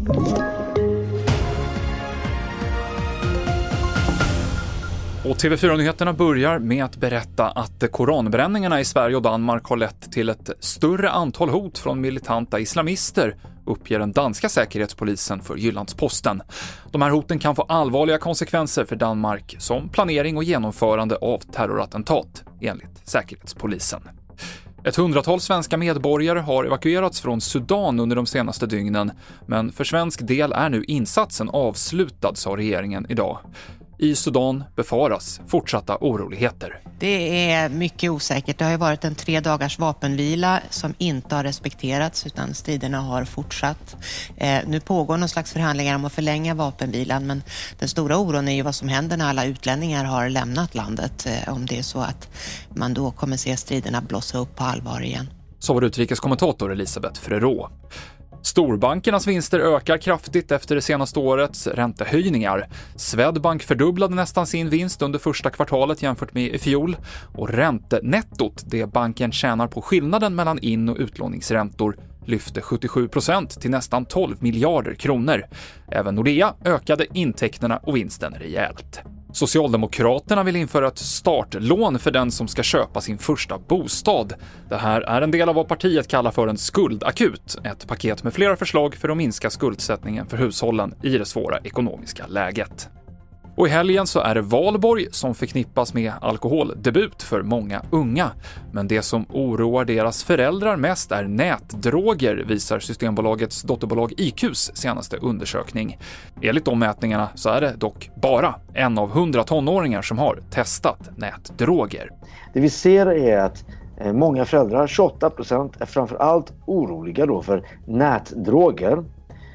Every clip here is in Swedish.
Och TV4-nyheterna börjar med att berätta att koranbränningarna i Sverige och Danmark har lett till ett större antal hot från militanta islamister, uppger den danska säkerhetspolisen för Jyllandsposten. De här hoten kan få allvarliga konsekvenser för Danmark som planering och genomförande av terrorattentat, enligt säkerhetspolisen. Ett 100-tal svenska medborgare har evakuerats från Sudan under de senaste dygnen, men för svensk del är nu insatsen avslutad, sa regeringen idag. I Sudan befaras fortsatta oroligheter. Det är mycket osäkert. Det har ju varit en 3 dagars vapenvila som inte har respekterats, utan striderna har fortsatt. Nu pågår någon slags förhandlingar om att förlänga vapenvilan, men den stora oron är ju vad som händer när alla utlänningar har lämnat landet. Om det är så att man då kommer se striderna blossa upp på allvar igen. Så var utrikeskommentator Elisabeth Frerot. Storbankernas vinster ökar kraftigt efter det senaste årets räntehöjningar. Swedbank fördubblade nästan sin vinst under första kvartalet jämfört med i fjol. Och räntenettot, det banken tjänar på skillnaden mellan in- och utlåningsräntor, lyfte 77% till nästan 12 miljarder kronor. Även Nordea ökade intäkterna och vinsten rejält. Socialdemokraterna vill införa ett startlån för den som ska köpa sin första bostad. Det här är en del av vad partiet kallar för en skuldakut, ett paket med flera förslag för att minska skuldsättningen för hushållen i det svåra ekonomiska läget. Och i helgen så är det valborg som förknippas med alkoholdebut för många unga. Men det som oroar deras föräldrar mest är nätdroger, visar Systembolagets dotterbolag IQs senaste undersökning. Enligt de mätningarna så är det dock bara 1 av 100 tonåringar som har testat nätdroger. Det vi ser är att många föräldrar, 28%, är framförallt oroliga då för nätdroger.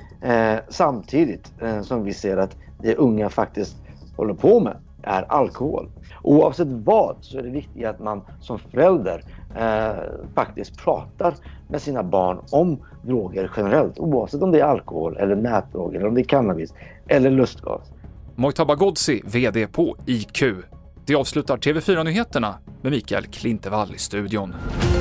Samtidigt som vi ser att det unga faktiskt håller på med är alkohol. Oavsett vad så är det viktigt att man som förälder faktiskt pratar med sina barn om droger generellt. Oavsett om det är alkohol eller nätdroger, eller om det är cannabis eller lustgas. Mojtaba Ghodzi, vd på IQ. Det avslutar TV4-nyheterna med Mikael Klintevall i studion.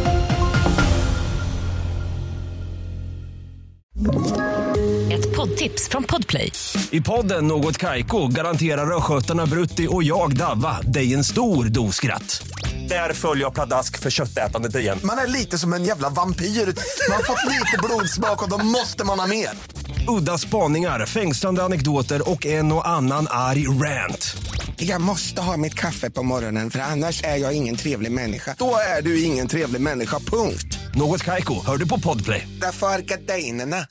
Ett poddtips från Podplay. I podden Något Kaiko garanterar röskötarna Brutti och jag Davva dig en stor doskratt. Där följer jag pladask för köttätandet igen. Man är lite som en jävla vampyr. Man har fått lite blodsmak och då måste man ha mer. Udda spaningar, fängslande anekdoter och en och annan arg rant. Jag måste ha mitt kaffe på morgonen för annars är jag ingen trevlig människa. Då är du ingen trevlig människa, punkt. Något Kaiko, hör du på Podplay. Därför är gardinerna.